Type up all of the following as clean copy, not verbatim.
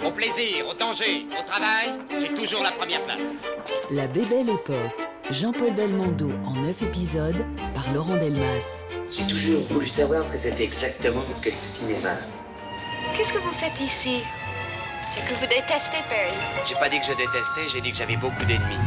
Au plaisir, au danger, au travail, j'ai toujours la première place. La Bébelle Époque, Jean-Paul Belmondo en 9 épisodes par Laurent Delmas. J'ai toujours voulu savoir ce que c'était exactement que le cinéma. Qu'est-ce que vous faites ici? C'est que vous détestez Perry. J'ai pas dit que je détestais, j'ai dit que j'avais beaucoup d'ennemis.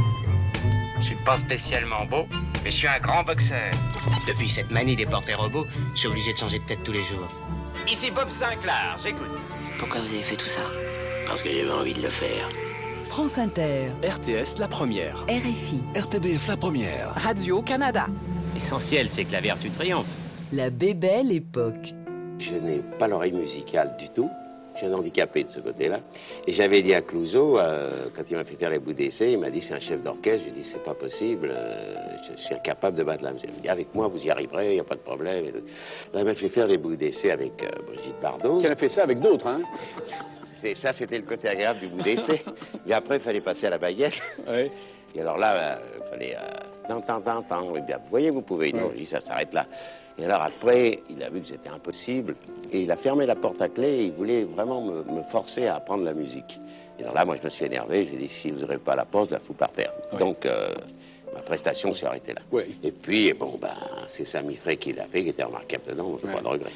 Je suis pas spécialement beau, mais je suis un grand boxeur. Depuis cette manie des portraits robots, je suis obligé de changer de tête tous les jours. Ici Bob Sinclair, j'écoute. Pourquoi vous avez fait tout ça? Parce que j'avais envie de le faire. France Inter, RTS La Première, RFI, RTBF La Première, Radio-Canada. L'essentiel, c'est que la vertu triomphe. La Bébelle Époque. Je n'ai pas l'oreille musicale du tout. Je suis un handicapé de ce côté-là. Et j'avais dit à Clouzot, quand il m'a fait faire les bouts d'essai, il m'a dit c'est un chef d'orchestre. Je lui ai dit c'est pas possible, je suis incapable de battre la musique. Il m'a dit avec moi vous y arriverez, il n'y a pas de problème. Là, il m'a fait faire les bouts d'essai avec Brigitte Bardot. Tu as fait ça avec d'autres, hein? Et ça, c'était le côté agréable du bout d'essai. Et après, il fallait passer à la baguette. Oui. Et alors là, il fallait... Et bien, vous voyez, vous pouvez. Non, je dis ça s'arrête là. Et alors après, il a vu que c'était impossible. Et il a fermé la porte à clé et il voulait vraiment me forcer à apprendre la musique. Et alors là, moi, je me suis énervé. J'ai dit, si vous n'ouvrez pas la porte, je la fous par terre. Oui. Donc, ma prestation s'est arrêtée là. Oui. Et puis, bon, c'est Samy Frey qui l'a fait, qui était remarquable dedans. Donc, pas de regret.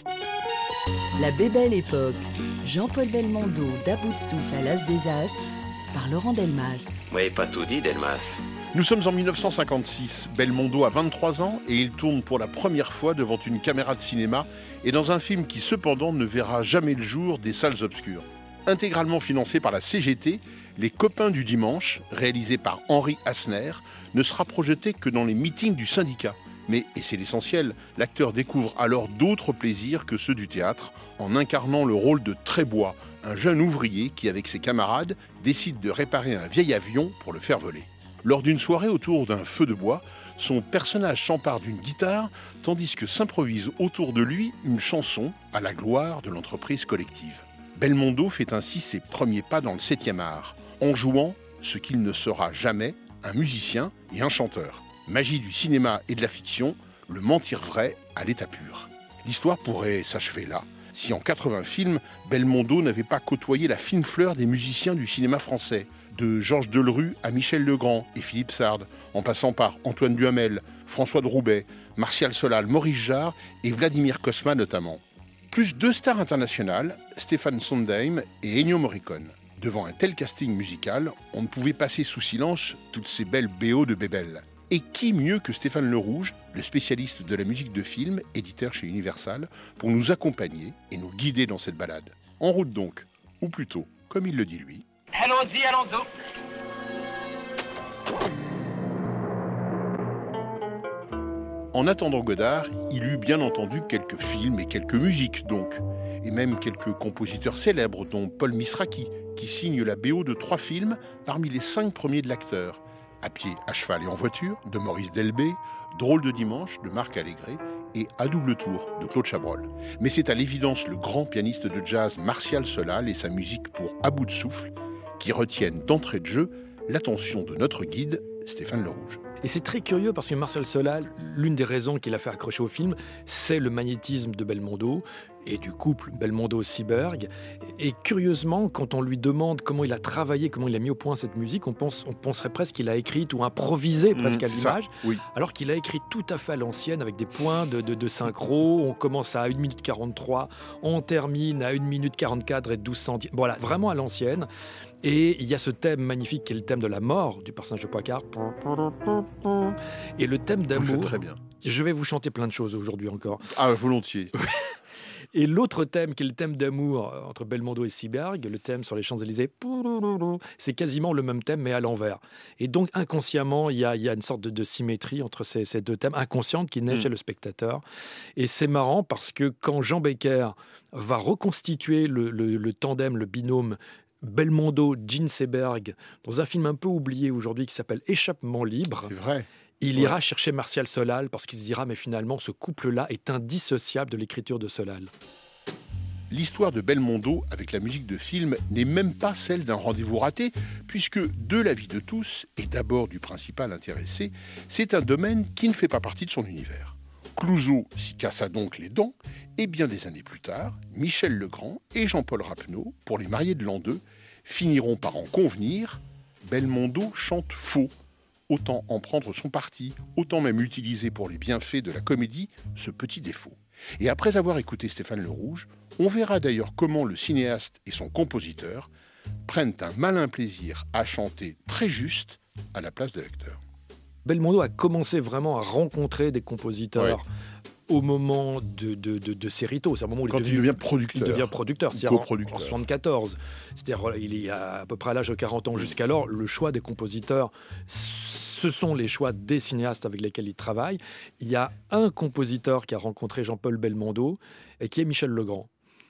La Bébelle Époque, Jean-Paul Belmondo d'À bout de souffle à l'As des As par Laurent Delmas. Vous n'avez pas tout dit, Delmas. Nous sommes en 1956. Belmondo a 23 ans et il tourne pour la première fois devant une caméra de cinéma et dans un film qui cependant ne verra jamais le jour des salles obscures. Intégralement financé par la CGT, Les Copains du Dimanche, réalisé par Henri Asner, ne sera projeté que dans les meetings du syndicat. Mais, et c'est l'essentiel, l'acteur découvre alors d'autres plaisirs que ceux du théâtre en incarnant le rôle de Trébois, un jeune ouvrier qui, avec ses camarades, décide de réparer un vieil avion pour le faire voler. Lors d'une soirée autour d'un feu de bois, son personnage s'empare d'une guitare tandis que s'improvise autour de lui une chanson à la gloire de l'entreprise collective. Belmondo fait ainsi ses premiers pas dans le 7e art, en jouant ce qu'il ne sera jamais, un musicien et un chanteur. Magie du cinéma et de la fiction, le mentir vrai à l'état pur. L'histoire pourrait s'achever là, si en 80 films, Belmondo n'avait pas côtoyé la fine fleur des musiciens du cinéma français, de Georges Delerue à Michel Legrand et Philippe Sard, en passant par Antoine Duhamel, François de Roubaix, Martial Solal, Maurice Jarre et Vladimir Cosma notamment. Plus 2 stars internationales, Stéphane Sondheim et Ennio Morricone. Devant un tel casting musical, on ne pouvait passer sous silence toutes ces belles BO de Bébel. Et qui mieux que Stéphane Le Rouge, le spécialiste de la musique de film, éditeur chez Universal, pour nous accompagner et nous guider dans cette balade. En route donc, ou plutôt, comme il le dit lui. Allons-y, allons-y. En attendant Godard, il eut bien entendu quelques films et quelques musiques donc, et même quelques compositeurs célèbres dont Paul Misraki, qui signe la BO de 3 films parmi les 5 premiers de l'acteur. À pied, à cheval et en voiture, de Maurice Delbé, Drôle de dimanche, de Marc Allégret, et À double tour, de Claude Chabrol. Mais c'est à l'évidence le grand pianiste de jazz Martial Solal et sa musique pour À bout de souffle qui retiennent d'entrée de jeu l'attention de notre guide, Stéphane Le Rouge. Et c'est très curieux parce que Martial Solal, l'une des raisons qui l'a fait accrocher au film, c'est le magnétisme de Belmondo et du couple Belmondo-Seberg. Et curieusement, quand on lui demande comment il a travaillé, comment il a mis au point cette musique, on penserait presque qu'il a écrit ou improvisé presque à l'image, oui. Alors qu'il a écrit tout à fait à l'ancienne avec des points de synchro. On commence à 1 minute 43, on termine à 1 minute 44 et 12 centièmes. Voilà, vraiment à l'ancienne. Et il y a ce thème magnifique qui est le thème de la mort du personnage de Poicart. Et le thème d'amour. Très bien. Je vais vous chanter plein de choses aujourd'hui encore. Ah, volontiers. Et l'autre thème, qui est le thème d'amour entre Belmondo et Seberg, le thème sur les Champs-Élysées, c'est quasiment le même thème, mais à l'envers. Et donc, inconsciemment, il y a une sorte de symétrie entre ces 2 thèmes, inconsciente, qui naît chez le spectateur. Et c'est marrant parce que quand Jean Becker va reconstituer le tandem, le binôme, Belmondo, Gene Seberg, dans un film un peu oublié aujourd'hui qui s'appelle Échappement libre. C'est vrai. Il ira chercher Martial Solal parce qu'il se dira mais finalement ce couple-là est indissociable de l'écriture de Solal. L'histoire de Belmondo avec la musique de film n'est même pas celle d'un rendez-vous raté, puisque de l'avis de tous, et d'abord du principal intéressé, c'est un domaine qui ne fait pas partie de son univers. Clouzot s'y cassa donc les dents, et bien des années plus tard, Michel Legrand et Jean-Paul Rappeneau, pour les mariés de l'an 2, finiront par en convenir, Belmondo chante faux. Autant en prendre son parti, autant même utiliser pour les bienfaits de la comédie ce petit défaut. Et après avoir écouté Stéphane Le Rouge, on verra d'ailleurs comment le cinéaste et son compositeur prennent un malin plaisir à chanter très juste à la place de l'acteur. Belmondo a commencé vraiment à rencontrer des compositeurs au moment de Cerrito. C'est un moment où il devient producteur. Il devient producteur, c'est-à-dire en 1974. C'est-à-dire il est à peu près à l'âge de 40 ans jusqu'alors. Le choix des compositeurs, ce sont les choix des cinéastes avec lesquels il travaille. Il y a un compositeur qui a rencontré Jean-Paul Belmondo et qui est Michel Legrand,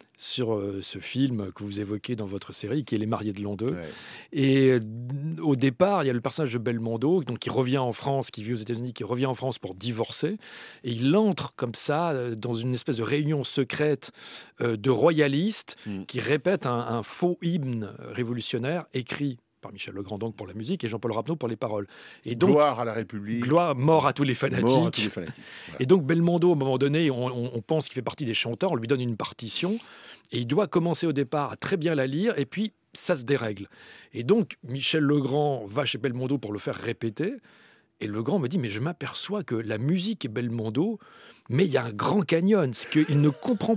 sur ce film que vous évoquez dans votre série, qui est Les Mariés de l'an 2. Ouais. Et au départ, il y a le personnage de Belmondo, donc, qui revient en France, qui vit aux États-Unis, qui revient en France pour divorcer. Et il entre comme ça dans une espèce de réunion secrète de royalistes qui répètent un faux hymne révolutionnaire écrit par Michel Legrand donc pour la musique et Jean-Paul Rappeneau pour les paroles. Et donc, gloire à la République. Gloire, mort à tous les fanatiques. Mort à tous les fanatiques. Voilà. Et donc Belmondo, à un moment donné, on pense qu'il fait partie des chanteurs, on lui donne une partition et il doit commencer au départ à très bien la lire et puis ça se dérègle. Et donc Michel Legrand va chez Belmondo pour le faire répéter et Legrand me dit mais je m'aperçois que la musique est Belmondo, mais il y a un grand canyon, c'est qu'il ne comprend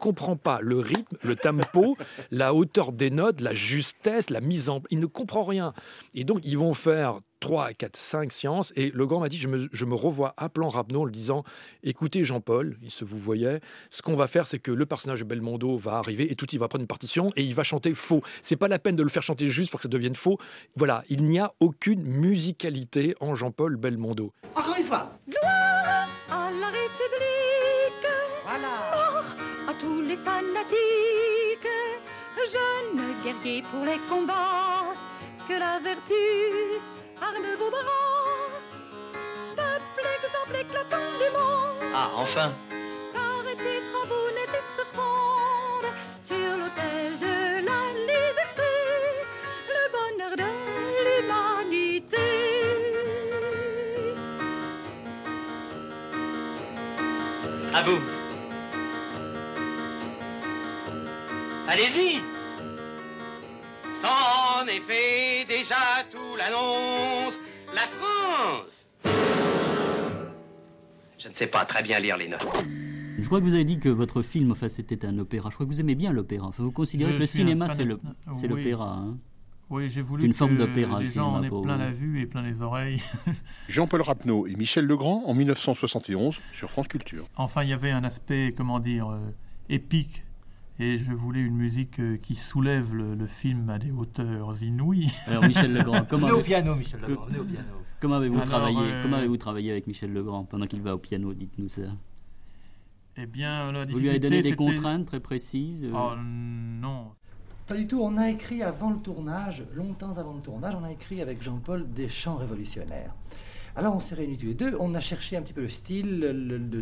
pas le rythme, le tempo, la hauteur des notes, la justesse, la mise en... Il ne comprend rien. Et donc, ils vont faire 3, 4, 5 séances. Et Legrand m'a dit, je me revois appelant Rappeneau en lui disant, écoutez Jean-Paul, il se vous voyait, ce qu'on va faire, c'est que le personnage de Belmondo va arriver et tout, il va prendre une partition et il va chanter faux. C'est pas la peine de le faire chanter juste pour que ça devienne faux. Voilà, il n'y a aucune musicalité en Jean-Paul Belmondo. Encore une fois. Gloire à la République, voilà. Mort à tous les fanatiques, jeunes guerriers pour les combats, que la vertu arme vos bras, peuple exemple éclatant du monde. Ah, enfin. Car tes travaux n'étaient se fondre sur l'autel de la liberté, le bonheur de l'humanité. À vous. Allez-y. C'en est fait déjà tout l'annonce. La France. Je ne sais pas très bien lire les notes. Je crois que vous avez dit que votre film, enfin, c'était un opéra. Je crois que vous aimez bien l'opéra. Enfin, vous considérez que le cinéma, c'est l'opéra. Hein. Oui, j'ai voulu une forme d'opéra, les gens en aient plein la vue et plein les oreilles. Jean-Paul Rappeneau et Michel Legrand en 1971 sur France Culture. Enfin, il y avait un aspect, épique. Et je voulais une musique qui soulève le film à des hauteurs inouïes. Alors Michel Legrand, venez au piano, Michel Legrand, venez au piano. Comment avez-vous travaillé avec Michel Legrand pendant qu'il va au piano? Dites-nous ça. Eh bien, la difficulté, vous lui avez donné des contraintes très précises Oh non. Pas du tout. On a écrit avant le tournage, longtemps avant le tournage, on a écrit avec Jean-Paul des chants révolutionnaires. Alors on s'est réunis tous les deux, on a cherché un petit peu le style,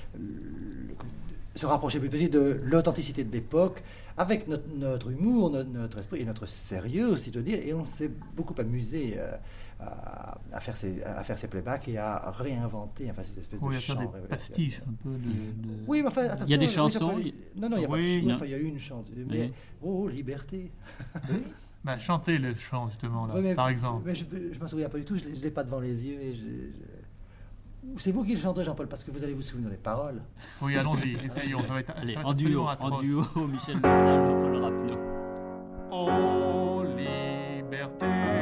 se rapprocher plus petit de l'authenticité de l'époque, avec notre humour, notre esprit et notre sérieux aussi, je veux dire, et on s'est beaucoup amusé à faire ces playbacks et à réinventer ces espèces de chants. Oui, des pastiches un peu de... Oui, mais enfin, attention... Il y a des chansons... Non, il y a pas de... Enfin, il y a une chanson, mais... Oh, liberté. Chantez le chant, justement, là, par exemple. Mais je ne m'en souviens pas du tout, je ne l'ai pas devant les yeux. Et c'est vous qui le chantez, Jean-Paul, parce que vous allez vous souvenir des paroles. Oui, allons-y, essayons. Allez, en duo, Michel Legrand, Jean-Paul Rappeneau. Oh, liberté,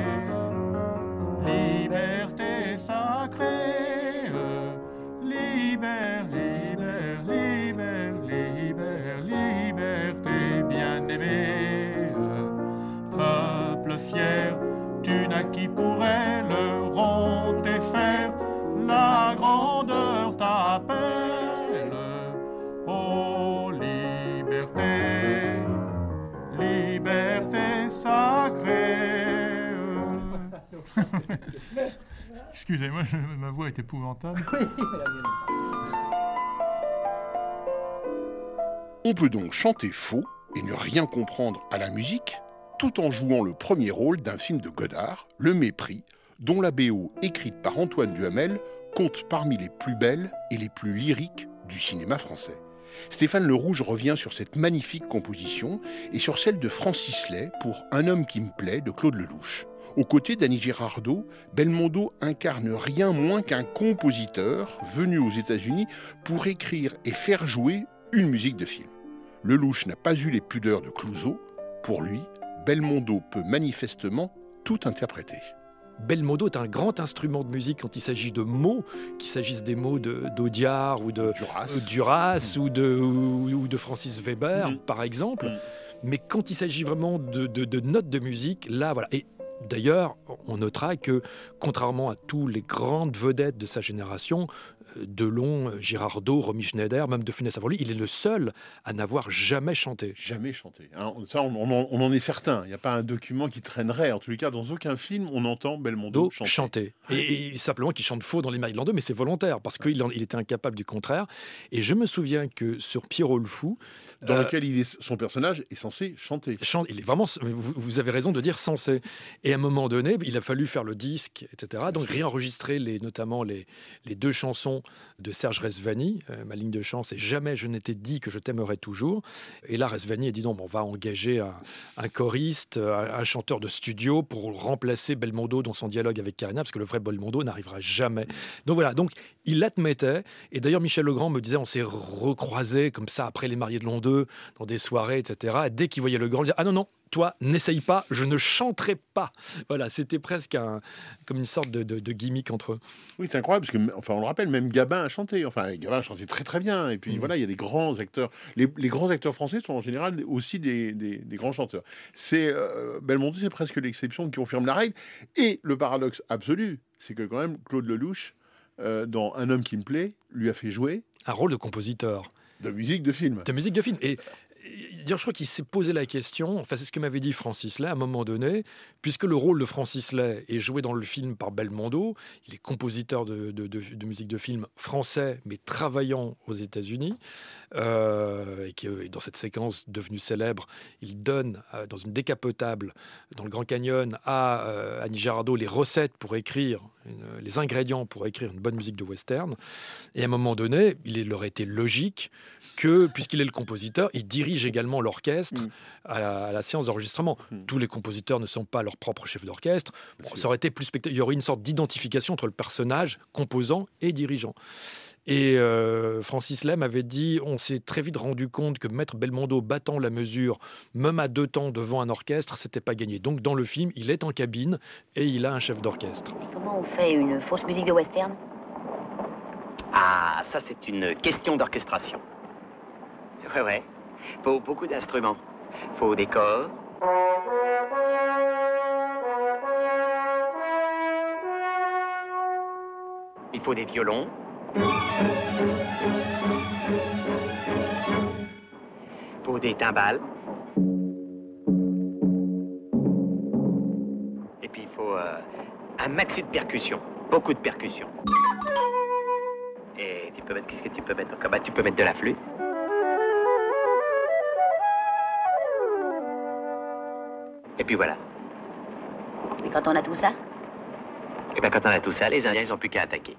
liberté sacrée, liberté bien-aimée, peuple fier, tu naquis pour elle, ronde tes fers, la grandeur t'appelle. Oh, liberté, liberté sacrée. Excusez-moi, ma voix est épouvantable. On peut donc chanter faux et ne rien comprendre à la musique, tout en jouant le premier rôle d'un film de Godard, Le Mépris, dont la BO, écrite par Antoine Duhamel, compte parmi les plus belles et les plus lyriques du cinéma français. Stéphane Le Rouge revient sur cette magnifique composition et sur celle de Francis Lay pour Un homme qui me plaît de Claude Lelouch. Aux côtés d'Annie Girardot, Belmondo incarne rien moins qu'un compositeur venu aux États-Unis pour écrire et faire jouer une musique de film. Lelouch n'a pas eu les pudeurs de Clouzot. Pour lui, Belmondo peut manifestement tout interpréter. Belmondo est un grand instrument de musique quand il s'agit de mots, qu'il s'agisse des mots d'Audiard ou de Duras ou de Francis Weber, par exemple. Mais quand il s'agit vraiment de notes de musique, là, voilà. Et d'ailleurs, on notera que, contrairement à tous les grandes vedettes de sa génération, Delon, Girardot, Romy Schneider, même De Funès avant lui, il est le seul à n'avoir jamais chanté. Jamais chanté. Hein, ça, on en est certain. Il n'y a pas un document qui traînerait. En tous les cas, dans aucun film, on entend Belmondo chanter. Et simplement qu'il chante faux dans Les Maryland 2, mais c'est volontaire, parce qu'il était incapable du contraire. Et je me souviens que sur Pierrot le Fou, dans lequel son personnage est censé chanter. Il est vraiment, vous avez raison de dire censé. Et à un moment donné, il a fallu faire le disque, etc. Donc réenregistrer notamment les deux chansons de Serge Rezvani. Ma ligne de chant, c'est « Jamais je n'étais dit que je t'aimerais toujours ». Et là, Rezvani a dit non, on va engager un choriste, un chanteur de studio pour remplacer Belmondo dans son dialogue avec Karina, parce que le vrai Belmondo n'arrivera jamais. Donc voilà, donc il l'admettait. Et d'ailleurs, Michel Legrand me disait, on s'est recroisés comme ça après Les Mariés de l'an 2, dans des soirées, etc. Et dès qu'il voyait Legrand, il disait « Ah non, toi, n'essaye pas, je ne chanterai pas ». Voilà, c'était presque comme une sorte de gimmick entre eux. Oui, c'est incroyable, parce que, on le rappelle, même Gabin a chanté. Gabin a chanté très très bien. Et puis voilà, il y a des grands acteurs. Les grands acteurs français sont en général aussi des grands chanteurs. Belmondo, c'est presque l'exception qui confirme la règle. Et le paradoxe absolu, c'est que quand même, Claude Lelouch, dans Un homme qui me plaît, lui a fait jouer un rôle de compositeur. De musique de film. Et je crois qu'il s'est posé la question, c'est ce que m'avait dit Francis Lay à un moment donné, puisque le rôle de Francis Lay est joué dans le film par Belmondo, il est compositeur de musique de film français, mais travaillant aux États-Unis, et qui, dans cette séquence devenue célèbre, il donne dans une décapotable dans le Grand Canyon à Annie Girardot les recettes pour écrire, les ingrédients pour écrire une bonne musique de western. Et à un moment donné, il aurait été logique que, puisqu'il est le compositeur, il dirige également l'orchestre à la séance d'enregistrement. Tous les compositeurs ne sont pas leurs propres chefs d'orchestre. Ça aurait été plus spectaculaire. Il y aurait une sorte d'identification entre le personnage, composant et dirigeant. Et Francis Lay m'avait dit, on s'est très vite rendu compte que mettre Belmondo battant la mesure, même à 2 temps devant un orchestre, c'était pas gagné. Donc dans le film, il est en cabine et il a un chef d'orchestre. Et comment on fait une fausse musique de western ? Ah, ça c'est une question d'orchestration. Ouais. Faut beaucoup d'instruments. Faut des corps. Il faut des violons. Faut des timbales. Et puis il faut un maxi de percussions. Beaucoup de percussions. Et tu peux mettre, qu'est-ce que tu peux mettre encore ? Tu peux mettre de la flûte. Et puis voilà. Et quand on a tout ça ? Et bien quand on a tout ça, les Indiens, ils n'ont plus qu'à attaquer.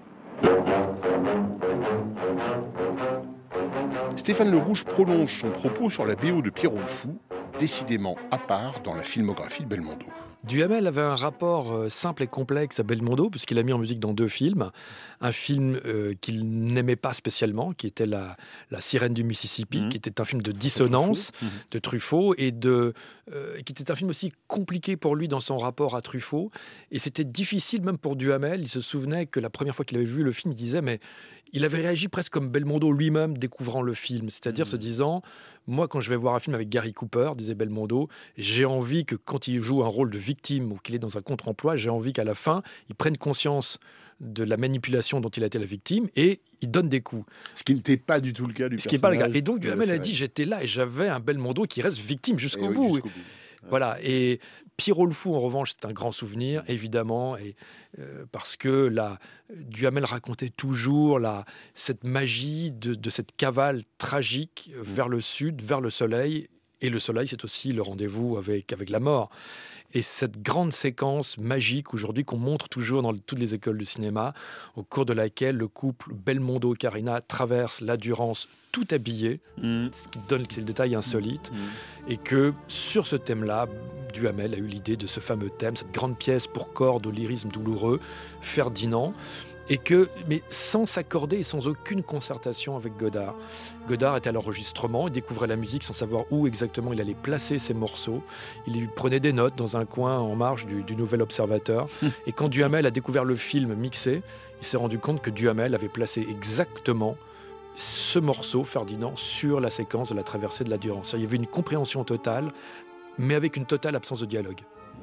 Stéphane Le Rouge prolonge son propos sur la BO de Pierrot le Fou, décidément à part dans la filmographie de Belmondo. Duhamel avait un rapport simple et complexe à Belmondo, puisqu'il a mis en musique dans 2 films. Un film qu'il n'aimait pas spécialement, qui était La Sirène du Mississippi, qui était un film de dissonance de Truffaut, et qui était un film aussi compliqué pour lui dans son rapport à Truffaut. Et c'était difficile même pour Duhamel. Il se souvenait que la première fois qu'il avait vu le film, il disait, mais il avait réagi presque comme Belmondo lui-même découvrant le film, c'est-à-dire se disant, moi quand je vais voir un film avec Gary Cooper, disait Belmondo, j'ai envie que quand il joue un rôle de victime ou qu'il est dans un contre-emploi, j'ai envie qu'à la fin, il prenne conscience de la manipulation dont il a été la victime et il donne des coups. Ce qui n'était pas du tout le cas du personnage. Ce qui n'est pas le cas. Et donc Duhamel a dit, j'étais là et j'avais un Belmondo qui reste victime jusqu'au bout. Voilà. Et Pierrot le Fou, en revanche, c'est un grand souvenir, évidemment, parce que Duhamel racontait toujours cette magie de cette cavale tragique vers le sud, vers le soleil, Et le soleil, c'est aussi le rendez-vous avec la mort. Et cette grande séquence magique aujourd'hui qu'on montre toujours dans toutes les écoles de cinéma, au cours de laquelle le couple Belmondo-Carina traverse la Durance tout habillé, ce qui donne c'est le détail insolite, et que sur ce thème-là, Duhamel a eu l'idée de ce fameux thème, cette grande pièce pour cordes au lyrisme douloureux, Ferdinand, et mais sans s'accorder et sans aucune concertation avec Godard. Godard était à l'enregistrement, il découvrait la musique sans savoir où exactement il allait placer ses morceaux. Il lui prenait des notes dans un coin en marge du Nouvel Observateur. Et quand Duhamel a découvert le film mixé, il s'est rendu compte que Duhamel avait placé exactement ce morceau, Ferdinand, sur la séquence de la traversée de la Durance. Il y avait une compréhension totale, mais avec une totale absence de dialogue.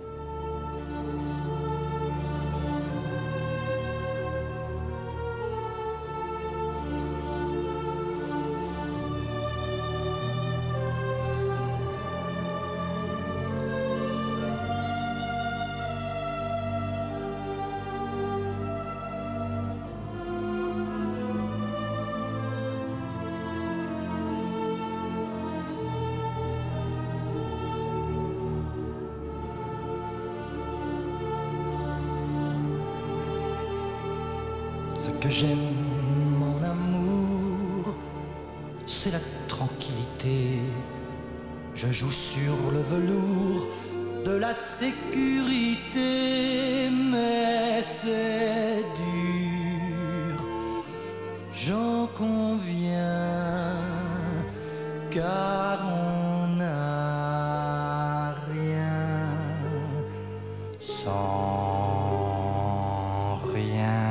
Ce que j'aime, mon amour, c'est la tranquillité. Je joue sur le velours de la sécurité, mais c'est dur, j'en conviens, car on n'a rien sans rien.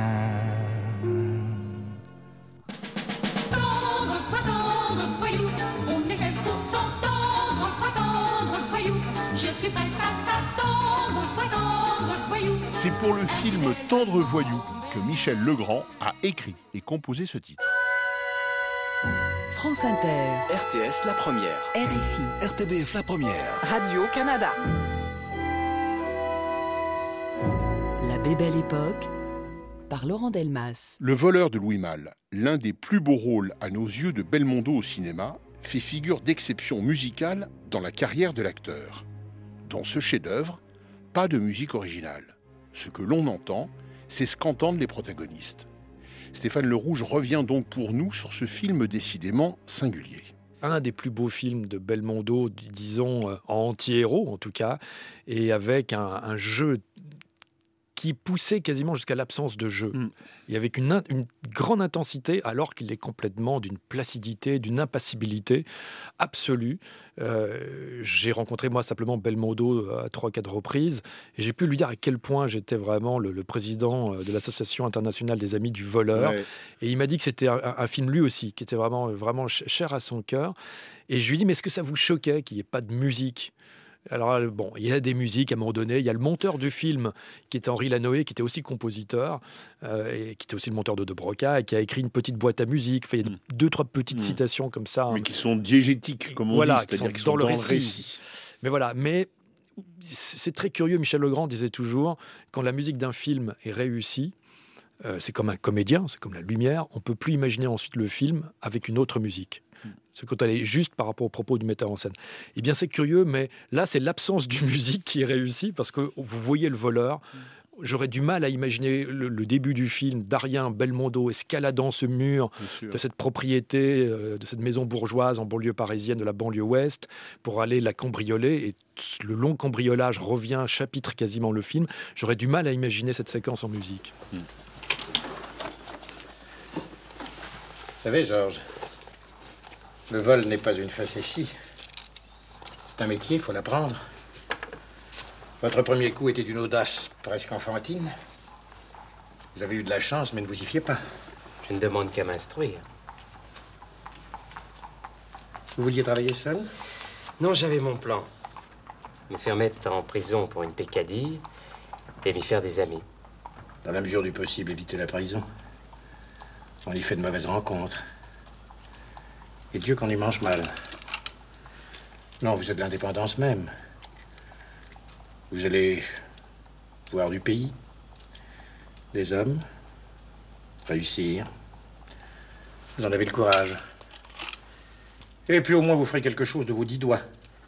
C'est pour le film Tendre Voyou que Michel Legrand a écrit et composé ce titre. France Inter. RTS La Première. RFI. RTBF La Première. Radio-Canada. La Bébelle Époque par Laurent Delmas. Le voleur de Louis Malle, l'un des plus beaux rôles à nos yeux de Belmondo au cinéma, fait figure d'exception musicale dans la carrière de l'acteur. Dans ce chef-d'œuvre, pas de musique originale. Ce que l'on entend, c'est ce qu'entendent les protagonistes. Stéphane Le Rouge revient donc pour nous sur ce film décidément singulier. Un des plus beaux films de Belmondo, disons en anti-héros en tout cas, et avec un jeu qui poussait quasiment jusqu'à l'absence de jeu. Il y avait une grande intensité alors qu'il est complètement d'une placidité, d'une impassibilité absolue. J'ai rencontré moi simplement Belmondo à 3-4 reprises et j'ai pu lui dire à quel point j'étais vraiment le président de l'Association internationale des amis du voleur. Ouais. Et il m'a dit que c'était un film lui aussi, qui était vraiment, vraiment cher à son cœur. Et je lui ai dit, mais est-ce que ça vous choquait qu'il n'y ait pas de musique ? Alors, bon, il y a des musiques à un moment donné. Il y a le monteur du film, qui était Henri Lanoé, qui était aussi compositeur, et qui était aussi le monteur de Broca, et qui a écrit une petite boîte à musique. Enfin, il y a 2-3 petites citations comme ça. Mais qui sont diégétiques, comme on dit, c'est-à-dire qui sont dans le récit. Mais voilà, mais c'est très curieux. Michel Legrand disait toujours, quand la musique d'un film est réussie, c'est comme un comédien, c'est comme la lumière, on ne peut plus imaginer ensuite le film avec une autre musique. C'est quand elle est juste par rapport aux propos du metteur en scène. Eh bien, c'est curieux, mais là, c'est l'absence de musique qui est réussie, parce que vous voyez le voleur. J'aurais du mal à imaginer le début du film d'Arien Belmondo escaladant ce mur de cette propriété, de cette maison bourgeoise en banlieue parisienne de la banlieue ouest, pour aller la cambrioler. Et le long cambriolage revient, chapitre quasiment le film. J'aurais du mal à imaginer cette séquence en musique. Vous savez, Georges, le vol n'est pas une facétie. C'est un métier, il faut l'apprendre. Votre premier coup était d'une audace presque enfantine. Vous avez eu de la chance, mais ne vous y fiez pas. Je ne demande qu'à m'instruire. Vous vouliez travailler seul? Non, j'avais mon plan. Me faire mettre en prison pour une peccadille et m'y faire des amis. Dans la mesure du possible, éviter la prison. On y fait de mauvaises rencontres. Et Dieu qu'on y mange mal. Non, vous êtes l'indépendance même. Vous allez voir du pays, des hommes, réussir. Vous en avez le courage. Et puis au moins vous ferez quelque chose de vos 10 doigts.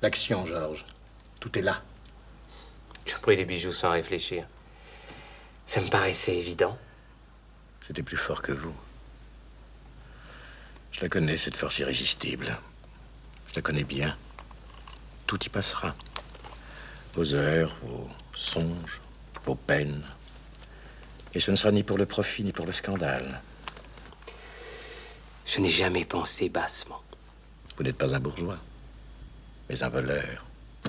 L'action, Georges. Tout est là. Tu as pris les bijoux sans réfléchir. Ça me paraissait évident. C'était plus fort que vous. Je la connais, cette force irrésistible. Je la connais bien. Tout y passera. Vos heures, vos songes, vos peines. Et ce ne sera ni pour le profit, ni pour le scandale. Je n'ai jamais pensé bassement. Vous n'êtes pas un bourgeois, mais un voleur.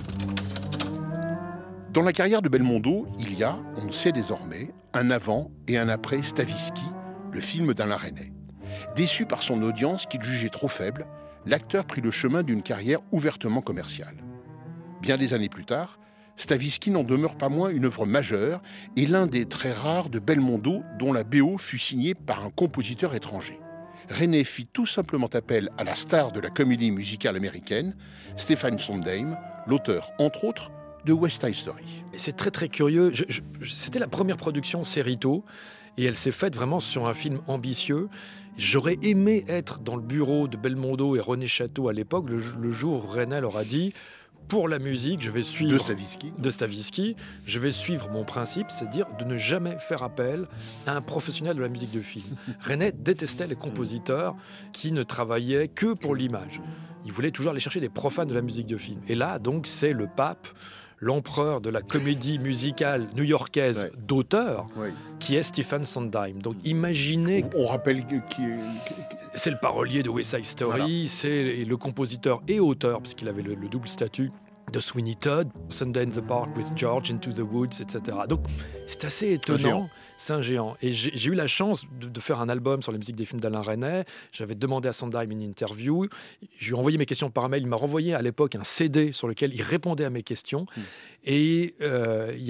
Dans la carrière de Belmondo, il y a, on le sait désormais, un avant et un après Stavisky, le film d'Alain Resnais. Déçu par son audience qu'il jugeait trop faible, l'acteur prit le chemin d'une carrière ouvertement commerciale. Bien des années plus tard, Stavisky n'en demeure pas moins une œuvre majeure et l'un des très rares de Belmondo dont la BO fut signée par un compositeur étranger. Resnais fit tout simplement appel à la star de la comédie musicale américaine, Stephen Sondheim, l'auteur, entre autres, de West Side Story. Et c'est très très curieux. C'était la première production Cerrito et elle s'est faite vraiment sur un film ambitieux. J'aurais aimé être dans le bureau de Belmondo et René Château à l'époque, le jour où Resnais leur a dit pour la musique, je vais suivre de Stavisky, je vais suivre mon principe, c'est-à-dire de ne jamais faire appel à un professionnel de la musique de film. Resnais détestait les compositeurs qui ne travaillaient que pour l'image. Il voulait toujours aller chercher des profanes de la musique de film. Et là, donc, c'est le pape, l'empereur de la comédie musicale new-yorkaise d'auteur, qui est Stephen Sondheim. Donc imaginez... On rappelle qui c'est le parolier de West Side Story, voilà. C'est le compositeur et auteur, puisqu'il avait le double statut de Sweeney Todd, Sunday in the Park with George, Into the Woods, etc. Donc c'est assez étonnant. C'est un géant. Et j'ai eu la chance de faire un album sur les musiques des films d'Alain Resnais. J'avais demandé à Sondheim une interview. Je lui ai envoyé mes questions par mail. Il m'a renvoyé à l'époque un CD sur lequel il répondait à mes questions. Et il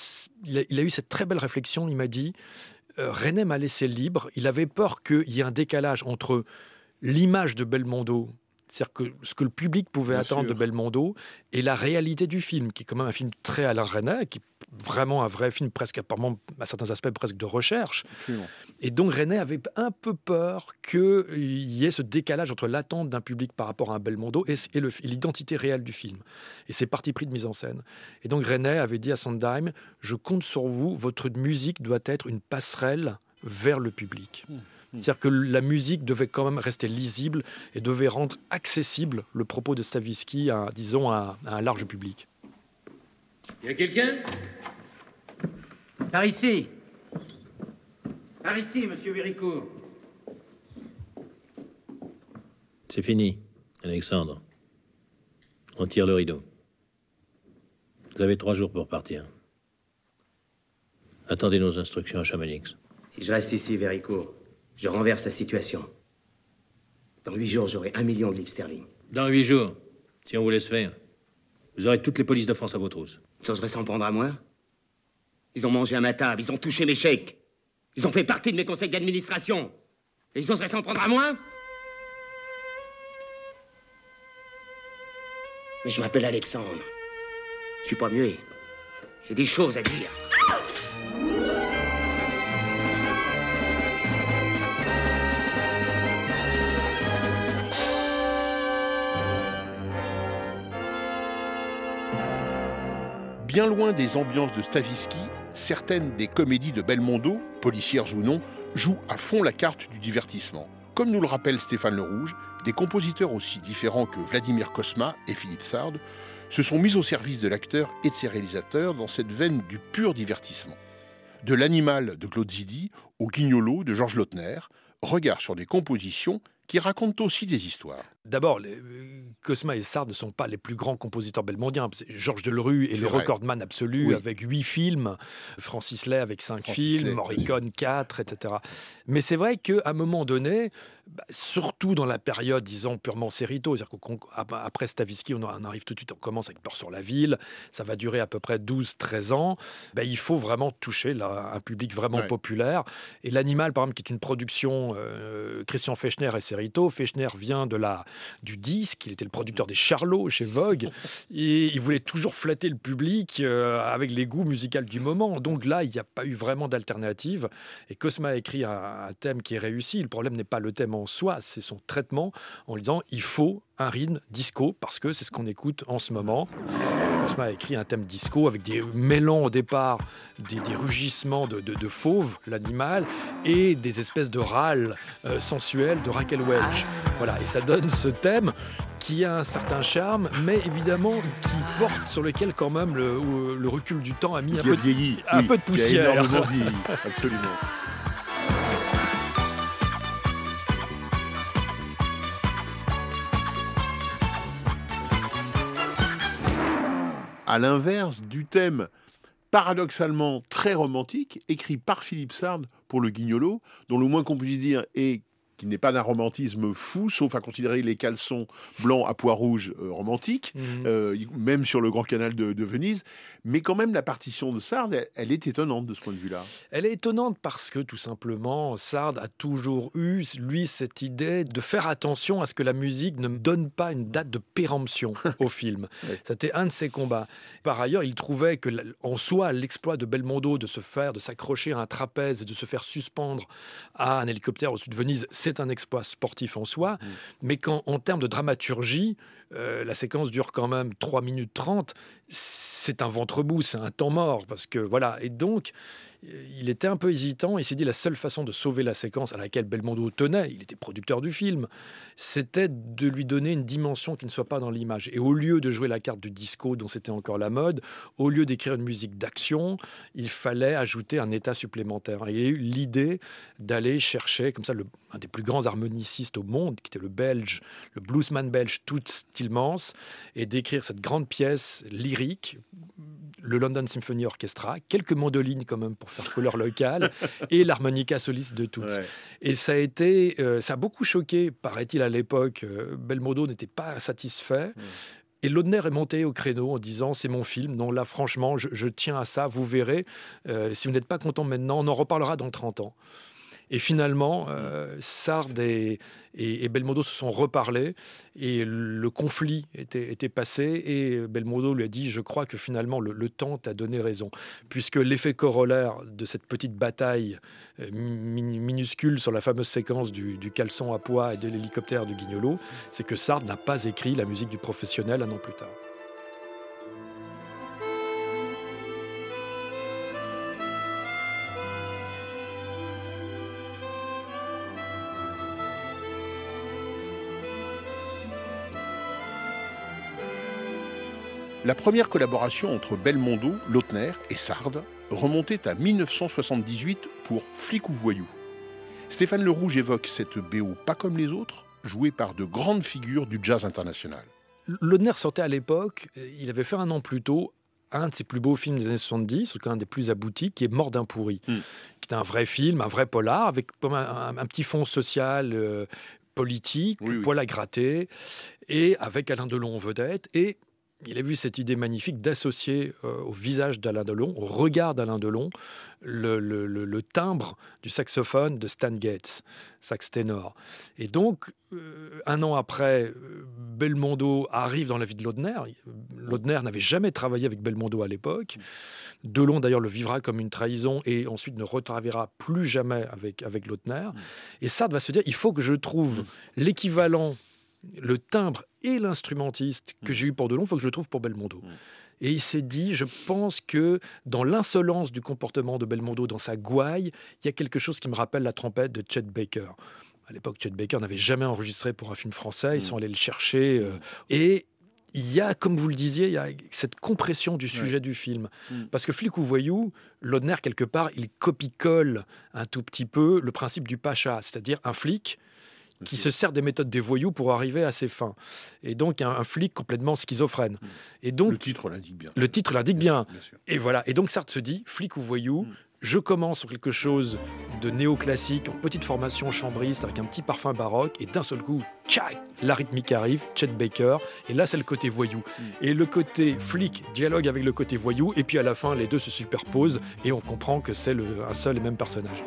a eu cette très belle réflexion. Il m'a dit, Resnais m'a laissé libre. Il avait peur qu'il y ait un décalage entre l'image de Belmondo, c'est-à-dire que ce que le public pouvait attendre de Belmondo et la réalité du film, qui est quand même un film très Alain Resnais, qui est vraiment un vrai film, presque apparemment, à certains aspects, presque de recherche. Absolument. Et donc Resnais avait un peu peur qu'il y ait ce décalage entre l'attente d'un public par rapport à un Belmondo et l'identité réelle du film. Et c'est parti pris de mise en scène. Et donc Resnais avait dit à Sondheim, je compte sur vous, votre musique doit être une passerelle vers le public. C'est-à-dire que la musique devait quand même rester lisible et devait rendre accessible le propos de Stavisky à un large public. Il y a quelqu'un ? Par ici. Par ici, monsieur Véricourt. C'est fini, Alexandre. On tire le rideau. Vous avez 3 jours pour partir. Attendez nos instructions à Chamonix. Si je reste ici, Véricourt, je renverse la situation. Dans 8 jours, j'aurai 1 million de livres sterling. Dans 8 jours, si on vous laisse faire, vous aurez toutes les polices de France à vos trousses. Tu oserais s'en prendre à moi ? Ils ont mangé à ma table, ils ont touché mes chèques. Ils ont fait partie de mes conseils d'administration. Et ils oseraient s'en prendre à moi ? Mais je m'appelle Alexandre. Je suis pas muet. J'ai des choses à dire. Bien loin des ambiances de Stavisky, certaines des comédies de Belmondo, policières ou non, jouent à fond la carte du divertissement. Comme nous le rappelle Stéphane Le Rouge, des compositeurs aussi différents que Vladimir Cosma et Philippe Sard se sont mis au service de l'acteur et de ses réalisateurs dans cette veine du pur divertissement. De L'Animal de Claude Zidi au Guignolo de Georges Lautner, regard sur des compositions qui racontent aussi des histoires. D'abord, Cosma et Sard ne sont pas les plus grands compositeurs belmondiens. Georges Delerue est le recordman absolu avec 8 films, Francis Lay avec 5 films, Morricone 4, etc. Mais c'est vrai qu'à un moment donné, surtout dans la période, disons, purement Cerrito, c'est-à-dire qu'après Stavisky, on arrive tout de suite, on commence avec Peur sur la ville, ça va durer à peu près 12-13 ans, il faut vraiment toucher un public vraiment populaire. Et L'Animal, par exemple, qui est une production Christian Fechner et Cerrito. Fechner vient du disque, il était le producteur des Charlots chez Vogue, et il voulait toujours flatter le public avec les goûts musicaux du moment. Donc là, il n'y a pas eu vraiment d'alternative. Et Cosma a écrit un thème qui est réussi. Le problème n'est pas le thème en soi, c'est son traitement en disant il faut un rythme disco, parce que c'est ce qu'on écoute en ce moment. Cosma a écrit un thème disco avec des mêlons au départ, des rugissements de fauve, l'animal, et des espèces de râles sensuels de Raquel Welch. Voilà, et ça donne ce thème qui a un certain charme, mais évidemment qui porte sur lequel quand même le recul du temps a mis un peu de poussière. Qui a énormément vieilli, absolument. À l'inverse du thème paradoxalement très romantique, écrit par Philippe Sard pour le Guignolo, dont le moins qu'on puisse dire est qu'il n'est pas d'un romantisme fou, sauf à considérer les caleçons blancs à pois rouges romantiques, même sur le Grand Canal de Venise. Mais quand même, la partition de Sard, elle est étonnante de ce point de vue-là. Elle est étonnante parce que, tout simplement, Sard a toujours eu, lui, cette idée de faire attention à ce que la musique ne donne pas une date de péremption au film. Oui. C'était un de ses combats. Par ailleurs, il trouvait que, en soi, l'exploit de Belmondo de s'accrocher à un trapèze et de se faire suspendre à un hélicoptère au-dessus de Venise, c'est un exploit sportif en soi, mais qu'en termes de dramaturgie, la séquence dure quand même 3 minutes 30, c'est un ventre-mou, c'est un temps mort, parce que voilà, et donc il était un peu hésitant, il s'est dit la seule façon de sauver la séquence à laquelle Belmondo tenait, il était producteur du film, c'était de lui donner une dimension qui ne soit pas dans l'image. Et au lieu de jouer la carte du disco dont c'était encore la mode, au lieu d'écrire une musique d'action, il fallait ajouter un état supplémentaire. Et il y a eu l'idée d'aller chercher, comme ça, un des plus grands harmonicistes au monde, qui était le bluesman belge Toots Thielemans, et d'écrire cette grande pièce lyrique, le London Symphony Orchestra, quelques mandolines quand même pour faire couleur locale, et l'harmonica soliste de Toots. Ouais. Et ça a beaucoup choqué, paraît-il à l'époque, Belmondo n'était pas satisfait. Et Laudner est monté au créneau en disant « c'est mon film, non là franchement je tiens à ça, vous verrez, si vous n'êtes pas content maintenant, on en reparlera dans 30 ans ». Et finalement, Sard et Belmondo se sont reparlés et le conflit était passé et Belmondo lui a dit « je crois que finalement le temps t'a donné raison ». Puisque l'effet corollaire de cette petite bataille minuscule sur la fameuse séquence du caleçon à pois et de l'hélicoptère du Guignolo, c'est que Sard n'a pas écrit la musique du professionnel un an plus tard. La première collaboration entre Belmondo, Laudner et Sard remontait à 1978 pour Flic ou Voyou. Stéphane Le Rouge évoque cette BO pas comme les autres, jouée par de grandes figures du jazz international. Laudner sortait à l'époque, il avait fait un an plus tôt, un de ses plus beaux films des années 70, un des plus aboutis, qui est Mort d'un pourri, qui est un vrai film, un vrai polar, avec un petit fond social, politique, poil à gratter, et avec Alain Delon en vedette, et il a vu cette idée magnifique d'associer au visage d'Alain Delon, au regard d'Alain Delon, le timbre du saxophone de Stan Getz, sax ténor. Et donc, un an après, Belmondo arrive dans la vie de Laudner. Laudner n'avait jamais travaillé avec Belmondo à l'époque. Delon, d'ailleurs, le vivra comme une trahison et ensuite ne retravaillera plus jamais avec Laudner. Et Sard va se dire, il faut que je trouve l'équivalent, le timbre et l'instrumentiste que j'ai eu pour Delon, il faut que je le trouve pour Belmondo. Et il s'est dit, je pense que dans l'insolence du comportement de Belmondo, dans sa gouaille, il y a quelque chose qui me rappelle la trompette de Chet Baker. À l'époque, Chet Baker n'avait jamais enregistré pour un film français, ils sont allés le chercher. Et il y a, comme vous le disiez, il y a cette compression du sujet du film. Parce que Flic ou Voyou, Laudner, quelque part, il copie-colle un tout petit peu le principe du pacha, c'est-à-dire un flic qui se sert des méthodes des voyous pour arriver à ses fins. Et donc, un flic complètement schizophrène. Et donc, le titre l'indique bien. Le titre l'indique bien. Et voilà. Et donc, Sartre se dit, flic ou voyou, je commence sur quelque chose de néoclassique, en petite formation chambriste, avec un petit parfum baroque, et d'un seul coup, tchac, la rythmique arrive, Chet Baker, et là, c'est le côté voyou. Et le côté flic dialogue avec le côté voyou, et puis à la fin, les deux se superposent, et on comprend que c'est un seul et même personnage.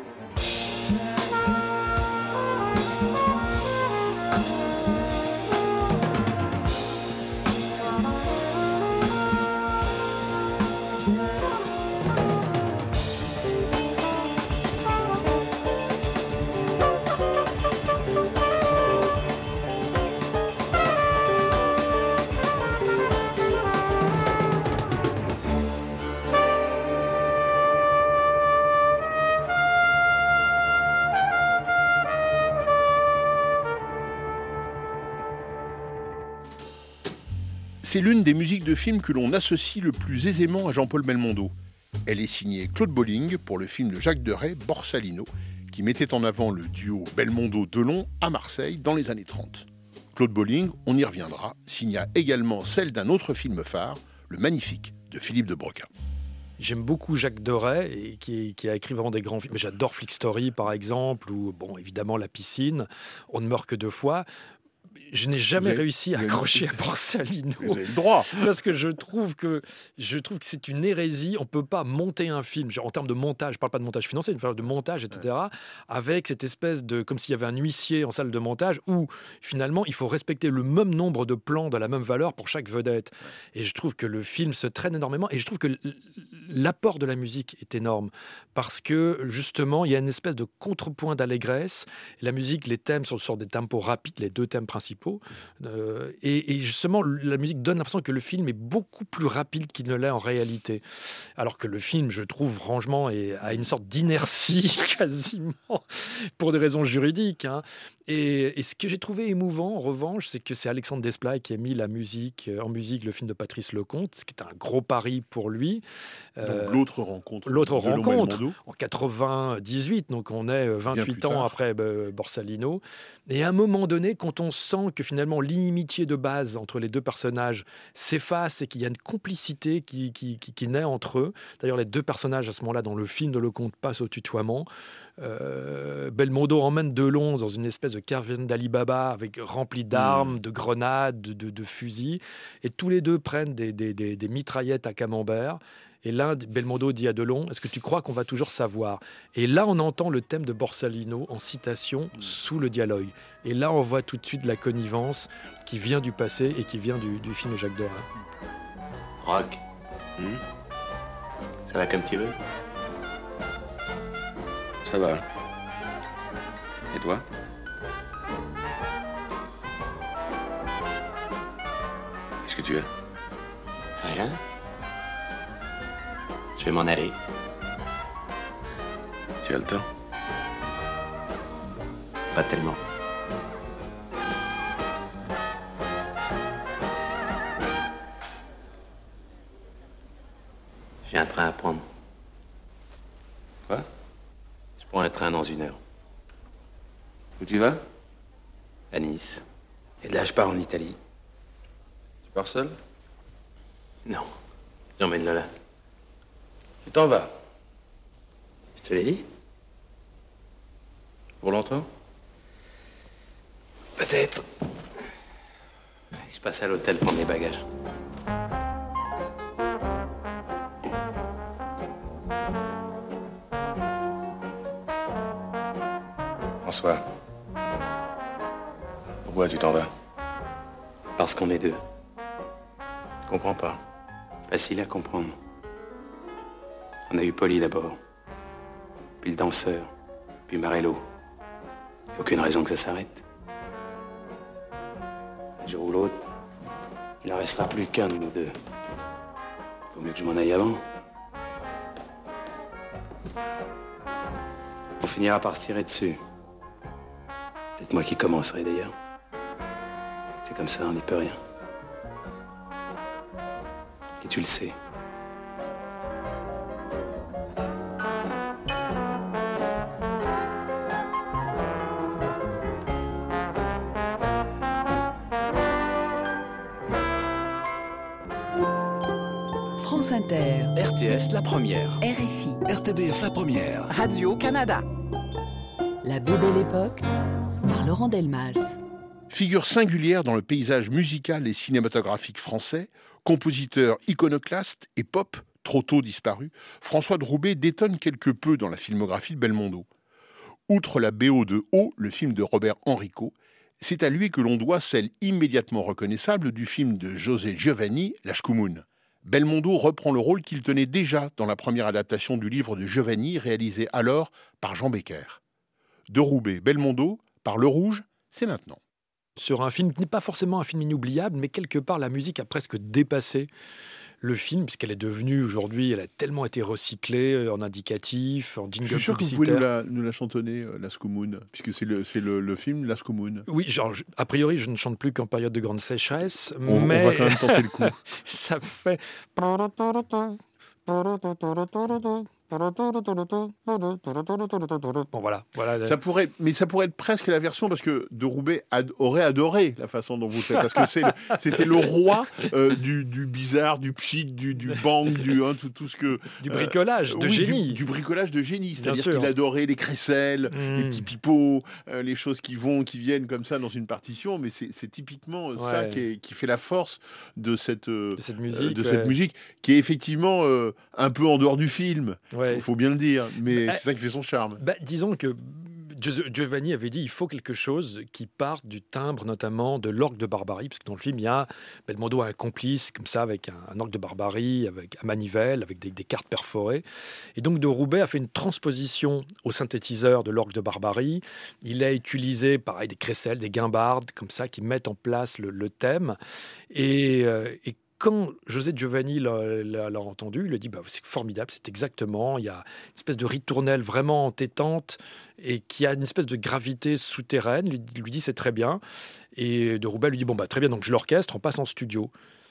C'est l'une des musiques de film que l'on associe le plus aisément à Jean-Paul Belmondo. Elle est signée Claude Bolling pour le film de Jacques Deray, Borsalino, qui mettait en avant le duo Belmondo-Delon à Marseille dans les années 30. Claude Bolling, on y reviendra, signa également celle d'un autre film phare, Le Magnifique, de Philippe de Broca. J'aime beaucoup Jacques Deray, et qui a écrit vraiment des grands films. J'adore Flick Story, par exemple, ou bon, évidemment La Piscine, On ne meurt que deux fois. Je n'ai jamais réussi à accrocher à Borsalino. Vous avez le droit. Parce que je trouve que c'est une hérésie. On ne peut pas monter un film, genre en termes de montage, je ne parle pas de montage financier, mais de montage, etc., avec cette espèce de... comme s'il y avait un huissier en salle de montage, où finalement, il faut respecter le même nombre de plans de la même valeur pour chaque vedette. Et je trouve que le film se traîne énormément. Et je trouve que l'apport de la musique est énorme. Parce que, justement, il y a une espèce de contrepoint d'allégresse. La musique, les thèmes sont sur des tempos rapides, les deux thèmes principaux. Et justement, la musique donne l'impression que le film est beaucoup plus rapide qu'il ne l'est en réalité. Alors que le film, je trouve, franchement, a une sorte d'inertie quasiment, pour des raisons juridiques. Hein. Et ce que j'ai trouvé émouvant, en revanche, c'est que c'est Alexandre Desplat qui a mis en musique le film de Patrice Lecomte, ce qui est un gros pari pour lui. Donc l'autre rencontre en 98, donc on est 28 ans après Borsalino. Et à un moment donné, quand on sent que finalement l'inimitié de base entre les deux personnages s'efface et qu'il y a une complicité qui naît entre eux. D'ailleurs, les deux personnages à ce moment-là dans le film de Lecomte passent au tutoiement. Belmondo emmène Delon dans une espèce de caravane d'Ali Baba remplie d'armes, de grenades, de fusils, et tous les deux prennent des mitraillettes à camembert. Et là, Belmondo dit à Delon, est-ce que tu crois qu'on va toujours savoir? Et là, on entend le thème de Borsalino en citation sous le dialogue. Et là, on voit tout de suite la connivence qui vient du passé et qui vient du film de Jacques Deray. Rock, ça va comme tu veux? Ça va. Et toi? Qu'est-ce que tu as? Rien. Je vais m'en aller. Tu as le temps? Pas tellement. J'ai un train à prendre. Quoi? Je prends un train dans 1 heure. Où tu vas? À Nice. Et de là, je pars en Italie. Tu pars seul? Non. J'emmène Lola. Tu t'en vas? Je te l'ai dit? Pour longtemps? Peut-être. Je passe à l'hôtel prendre mes bagages. François, pourquoi tu t'en vas? Parce qu'on est deux. Je comprends pas. Facile à comprendre. On a eu Polly d'abord, puis le danseur, puis Marello. Aucune raison que ça s'arrête. Un jour ou l'autre, il en restera plus qu'un de nous deux. Vaut mieux que je m'en aille avant. On finira par se tirer dessus. Peut-être moi qui commencerai d'ailleurs. C'est comme ça, on n'y peut rien. Et tu le sais. France Inter. RTS La Première. RFI. RTBF La Première. Radio-Canada. La Bébelle Époque par Laurent Delmas. Figure singulière dans le paysage musical et cinématographique français, compositeur iconoclaste et pop, trop tôt disparu, François de Roubaix détonne quelque peu dans la filmographie de Belmondo. Outre la BO de O, le film de Robert Enrico, c'est à lui que l'on doit celle immédiatement reconnaissable du film de José Giovanni, La Shkumun. Belmondo reprend le rôle qu'il tenait déjà dans la première adaptation du livre de Giovanni, réalisé alors par Jean Becker. De Roubaix, Belmondo, par Le Rouge, c'est maintenant. Sur un film qui n'est pas forcément un film inoubliable, mais quelque part la musique a presque dépassé le film, puisqu'elle est devenue aujourd'hui, elle a tellement été recyclée en indicatif, en jingle publicitaire. Je suis sûr que vous pouvez nous la chantonner, Lascaux Moon, puisque c'est le film Lascaux Moon. Oui, a priori, je ne chante plus qu'en période de grande sécheresse, on va quand même tenter le coup. Ça fait... Bon, voilà. Ça pourrait être presque la version, parce que de Roubaix aurait adoré la façon dont vous faites, parce que c'était le roi du bizarre, du pchit, du bang, tout ce que... Du bricolage de génie. Du bricolage de génie, c'est-à-dire qu'il adorait les crécelles, les petits pipeaux, les choses qui viennent comme ça dans une partition, mais c'est typiquement ça qui fait la force de cette musique, qui est effectivement un peu en dehors du film. Il faut bien le dire, mais c'est ça qui fait son charme. Disons que Giovanni avait dit il faut quelque chose qui parte du timbre notamment de l'orgue de Barbarie, parce que dans le film il y a Belmondo a un complice comme ça avec un orgue de Barbarie, avec un manivelle, avec des cartes perforées, et donc de Roubaix a fait une transposition au synthétiseur de l'orgue de Barbarie. Il a utilisé pareil des crécelles, des guimbardes comme ça qui mettent en place le thème, et quand José Giovanni l'a entendu, il a dit c'est formidable, c'est exactement, il y a une espèce de ritournelle vraiment entêtante et qui a une espèce de gravité souterraine. Il lui dit c'est très bien, et de Roubaix lui dit très bien, donc je l'orchestre, on passe en studio.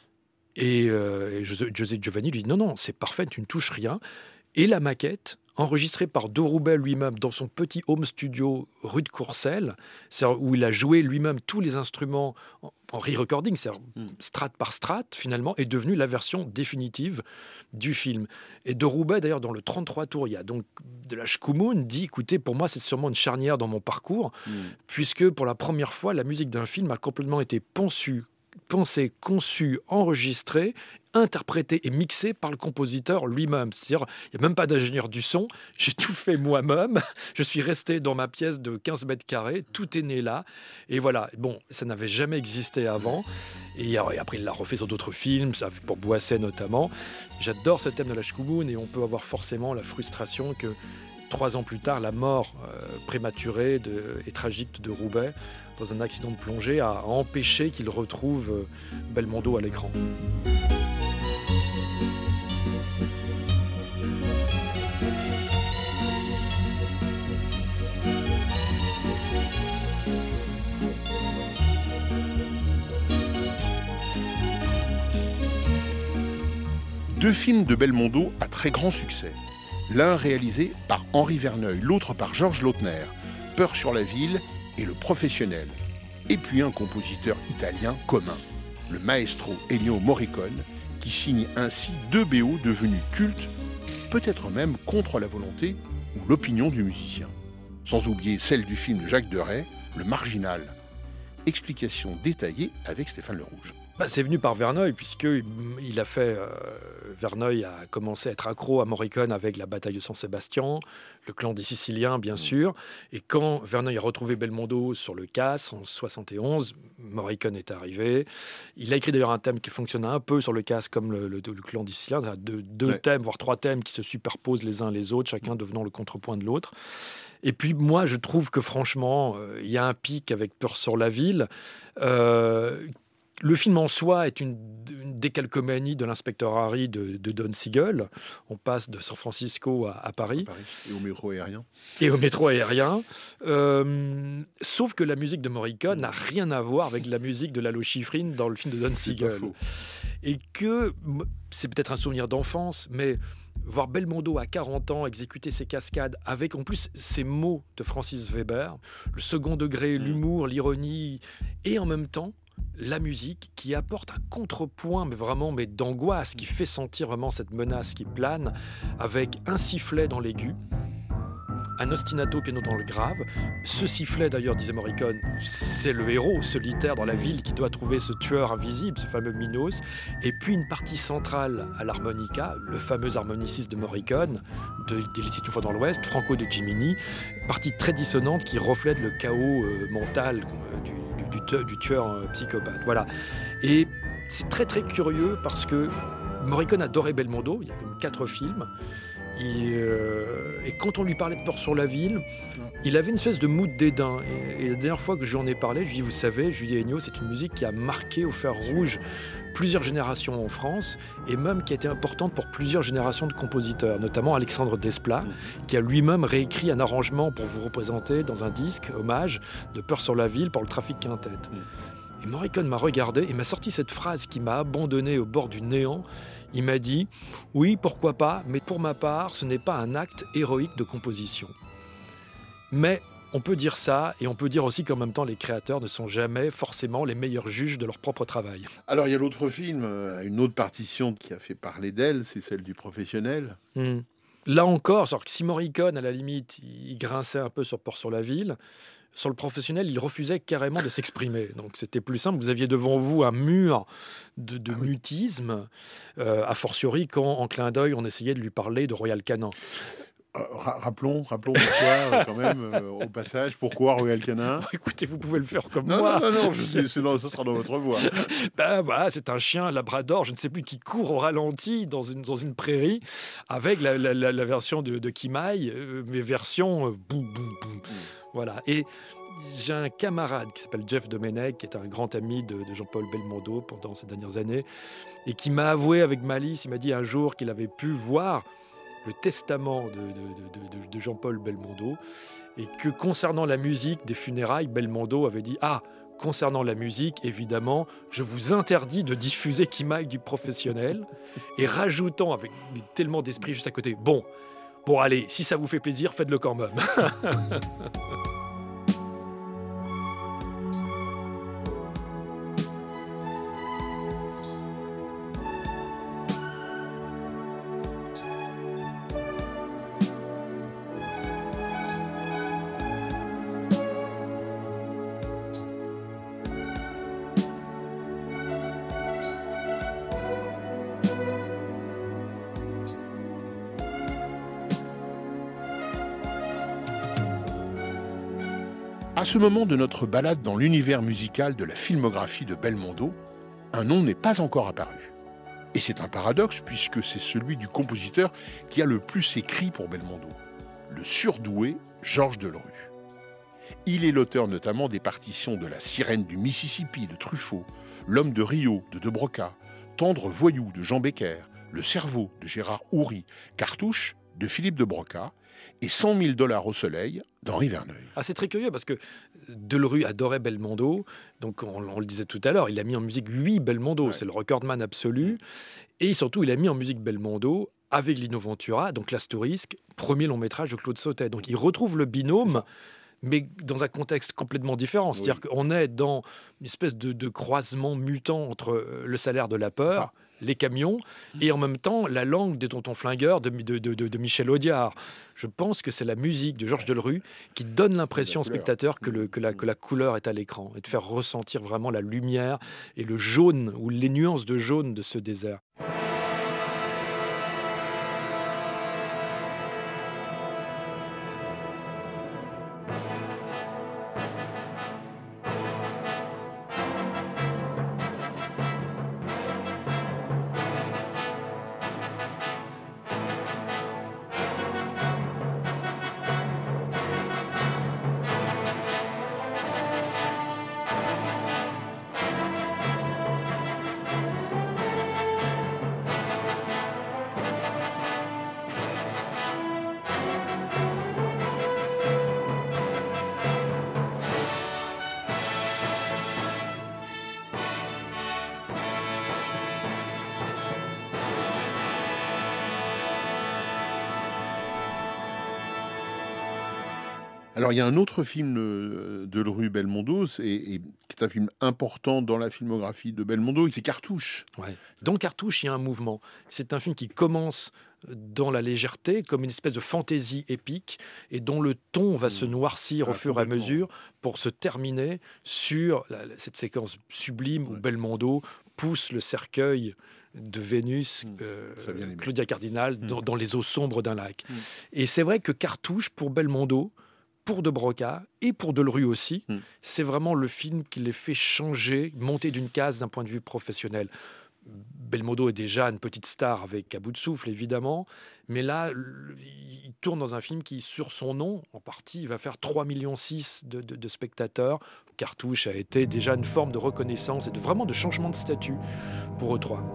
Et José Giovanni lui dit non, c'est parfait, tu ne touches rien. Et la maquette, enregistrée par de Roubaix lui-même dans son petit home studio rue de Courcelles, où il a joué lui-même tous les instruments en re-recording, c'est-à-dire strate par strate, finalement, est devenue la version définitive du film. Et de Roubaix, d'ailleurs, dans le 33 tours, il y a donc de la Shkumun, dit, écoutez, pour moi, c'est sûrement une charnière dans mon parcours, puisque pour la première fois, la musique d'un film a complètement été pensée, conçue, enregistrée, interprété et mixé par le compositeur lui-même. C'est-à-dire, il n'y a même pas d'ingénieur du son, j'ai tout fait moi-même, je suis resté dans ma pièce de 15 mètres carrés, tout est né là, et voilà. Ça n'avait jamais existé avant, et après il l'a refait sur d'autres films, ça pour Boisset notamment. J'adore ce thème de la Shkumun, et on peut avoir forcément la frustration que 3 ans plus tard, la mort prématurée et tragique de Roubaix dans un accident de plongée a empêché qu'il retrouve Belmondo à l'écran. Deux films de Belmondo à très grand succès. L'un réalisé par Henri Verneuil, l'autre par Georges Lautner, Peur sur la ville et Le Professionnel. Et puis un compositeur italien commun, le maestro Ennio Morricone, qui signe ainsi 2 BO devenus cultes, peut-être même contre la volonté ou l'opinion du musicien. Sans oublier celle du film de Jacques Deray, Le Marginal. Explication détaillée avec Stéphane Le Rouge. C'est venu par Verneuil, puisqu'il a fait... Verneuil a commencé à être accro à Morricone avec la bataille de San Sébastien, le clan des Siciliens, bien sûr. Et quand Verneuil a retrouvé Belmondo sur le Casse en 71, Morricone est arrivé. Il a écrit d'ailleurs un thème qui fonctionne un peu sur le Casse comme le clan des Siciliens. Il y a deux thèmes, voire 3 thèmes qui se superposent les uns les autres, chacun devenant le contrepoint de l'autre. Et puis moi, je trouve que franchement, il y a un pic avec Peur sur la ville. Le film en soi est une décalcomanie de l'inspecteur Harry de Don Siegel. On passe de San Francisco à Paris. Et au métro aérien. Sauf que la musique de Morricone n'a rien à voir avec la musique de Lalo Schifrin dans le film de Don Siegel. Et que c'est peut-être un souvenir d'enfance, mais voir Belmondo à 40 ans exécuter ses cascades avec en plus ces mots de Francis Weber, le second degré, l'humour, l'ironie, et en même temps la musique qui apporte un contrepoint mais d'angoisse, qui fait sentir vraiment cette menace qui plane, avec un sifflet dans l'aigu, un ostinato piano dans le grave. Ce sifflet, d'ailleurs, disait Morricone, c'est le héros solitaire dans la ville qui doit trouver ce tueur invisible, ce fameux Minos. Et puis une partie centrale à l'harmonica, le fameux harmoniciste de Morricone, de Il était une fois dans l'Ouest, Franco de Jimini, partie très dissonante qui reflète le chaos mental du tueur psychopathe. Voilà. Et c'est très très curieux parce que Morricone adorait Belmondo, il y a comme 4 films. Et quand on lui parlait de Peur sur la ville, il avait une espèce de moue de dédain. Et la dernière fois que j'en ai parlé, je lui ai dit, vous savez, Julie Ennio, c'est une musique qui a marqué au fer rouge plusieurs générations en France, et même qui a été importante pour plusieurs générations de compositeurs, notamment Alexandre Desplat, qui a lui-même réécrit un arrangement pour vous représenter dans un disque, hommage, de Peur sur la ville pour le Trafic Quintet. Et Morricone m'a regardé et m'a sorti cette phrase qui m'a abandonné au bord du néant. Il m'a dit « Oui, pourquoi pas, mais pour ma part, ce n'est pas un acte héroïque de composition. » Mais on peut dire ça, et on peut dire aussi qu'en même temps, les créateurs ne sont jamais forcément les meilleurs juges de leur propre travail. Alors, il y a l'autre film, une autre partition qui a fait parler d'elle, c'est celle du Professionnel. Là encore, si Morricone, à la limite, il grinçait un peu sur Peur sur la ville, sur le Professionnel, il refusait carrément de s'exprimer. Donc c'était plus simple. Vous aviez devant vous un mur de mutisme, a fortiori quand, en clin d'œil, on essayait de lui parler de Royal Canin. Rappelons pourquoi, quand même, au passage, pourquoi Royal Canin. Écoutez, vous pouvez le faire comme non, moi. Non, ce sera dans votre voix. C'est un chien labrador, je ne sais plus, qui court au ralenti dans une prairie, avec la version de Kimaï, mais version boum, boum, boum. Voilà. Et j'ai un camarade qui s'appelle Jeff Domenech, qui est un grand ami de Jean-Paul Belmondo pendant ces dernières années, et qui m'a avoué avec malice, il m'a dit un jour qu'il avait pu voir le testament de Jean-Paul Belmondo, et que concernant la musique des funérailles, Belmondo avait dit « Ah, concernant la musique, évidemment, je vous interdis de diffuser Kimaï du Professionnel », et rajoutant avec tellement d'esprit juste à côté « Bon, allez, si ça vous fait plaisir, faites-le quand même ». À ce moment de notre balade dans l'univers musical de la filmographie de Belmondo, un nom n'est pas encore apparu. Et c'est un paradoxe puisque c'est celui du compositeur qui a le plus écrit pour Belmondo, le surdoué Georges Delerue. Il est l'auteur notamment des partitions de La Sirène du Mississippi de Truffaut, L'Homme de Rio de De Broca, Tendre Voyou de Jean Becker, Le Cerveau de Gérard Houry, Cartouche de Philippe de Broca et 100 000 $ au soleil d'Henri Verneuil. C'est très curieux parce que Delerue adorait Belmondo, donc on le disait tout à l'heure, il a mis en musique 8 Belmondo, c'est le recordman absolu, et surtout il a mis en musique Belmondo avec Lino Ventura, donc l'Astorisk, premier long métrage de Claude Sautet. Donc il retrouve le binôme, mais dans un contexte complètement différent. C'est-à-dire qu'on est dans une espèce de croisement mutant entre Le Salaire de la peur, les camions, et en même temps la langue des tontons flingueurs de Michel Audiard. Je pense que c'est la musique de Georges Delerue qui donne l'impression au spectateur que la couleur est à l'écran, et de faire ressentir vraiment la lumière et le jaune, ou les nuances de jaune de ce désert. Alors, il y a un autre film de Delerue Belmondo, qui est un film important dans la filmographie de Belmondo, c'est Cartouche. Ouais. Dans Cartouche, il y a un mouvement. C'est un film qui commence dans la légèreté, comme une espèce de fantaisie épique, et dont le ton va se noircir au fur et à mesure pour se terminer sur cette séquence sublime où Belmondo pousse le cercueil de Vénus, Claudia Cardinal, dans les eaux sombres d'un lac. Et c'est vrai que Cartouche, pour Belmondo, pour De Broca et pour Delerue aussi, c'est vraiment le film qui les fait changer, monter d'une case d'un point de vue professionnel. Belmondo est déjà une petite star avec À bout de souffle, évidemment. Mais là, il tourne dans un film qui, sur son nom, en partie, va faire 3,6 millions de spectateurs. Cartouche a été déjà une forme de reconnaissance et vraiment de changement de statut pour eux trois.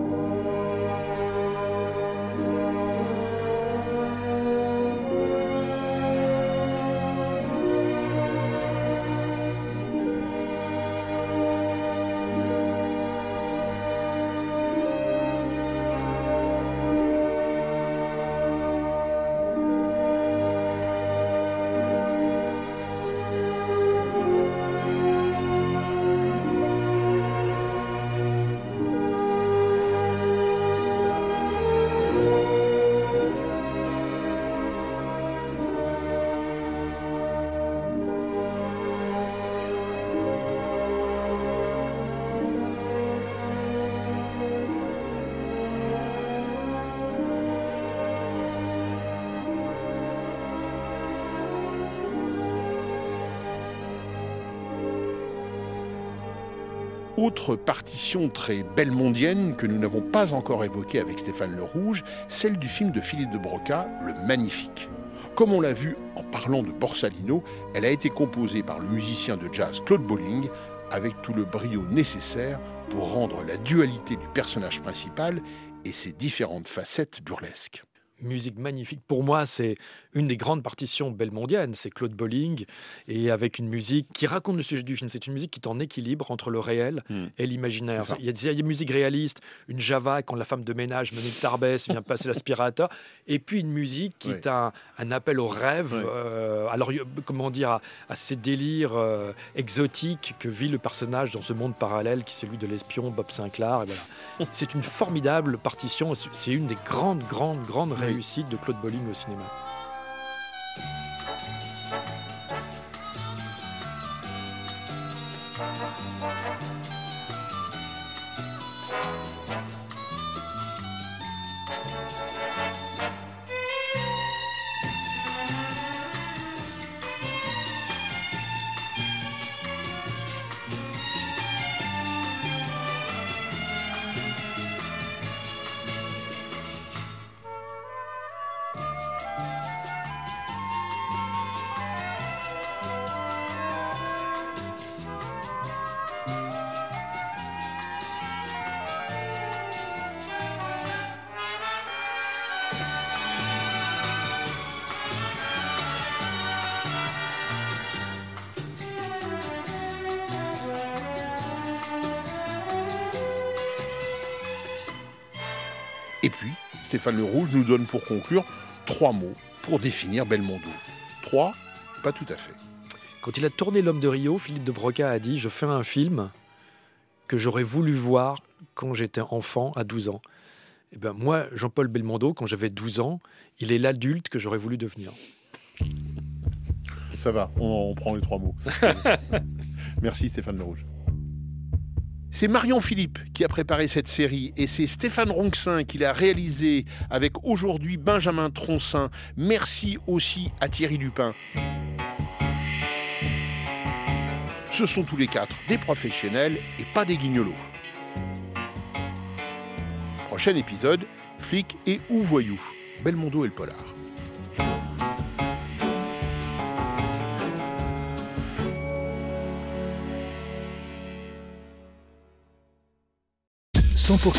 Autre partition très belmondienne que nous n'avons pas encore évoquée avec Stéphane Le Rouge, celle du film de Philippe de Broca, Le Magnifique. Comme on l'a vu en parlant de Borsalino, elle a été composée par le musicien de jazz Claude Bolling, avec tout le brio nécessaire pour rendre la dualité du personnage principal et ses différentes facettes burlesques. Musique magnifique. Pour moi, c'est une des grandes partitions belmondiennes. C'est Claude Bolling, et avec une musique qui raconte le sujet du film. C'est une musique qui est en équilibre entre le réel et l'imaginaire. Il y a des musiques réalistes, une Java quand la femme de ménage menée de Tarbès vient passer l'aspirateur, et puis une musique qui est un appel au rêve. Alors, comment dire, à ces délires exotiques que vit le personnage dans ce monde parallèle qui est celui de l'espion Bob Sinclair. Et voilà. C'est une formidable partition. C'est une des grandes réussite de Claude Bolling au cinéma. Et puis, Stéphane Le Rouge nous donne pour conclure 3 mots pour définir Belmondo. 3, pas tout à fait. Quand il a tourné L'Homme de Rio, Philippe de Broca a dit « Je fais un film que j'aurais voulu voir quand j'étais enfant, à 12 ans. » Eh ben, moi, Jean-Paul Belmondo, quand j'avais 12 ans, il est l'adulte que j'aurais voulu devenir. Ça va, on prend les 3 mots. Merci Stéphane Le Rouge. C'est Marion Philippe qui a préparé cette série et c'est Stéphane Ronxin qui l'a réalisé avec aujourd'hui Benjamin Troncin. Merci aussi à Thierry Dupin. Ce sont tous les 4 des professionnels et pas des guignolos. Prochain épisode, flic et ou voyou. Belmondo et le polar.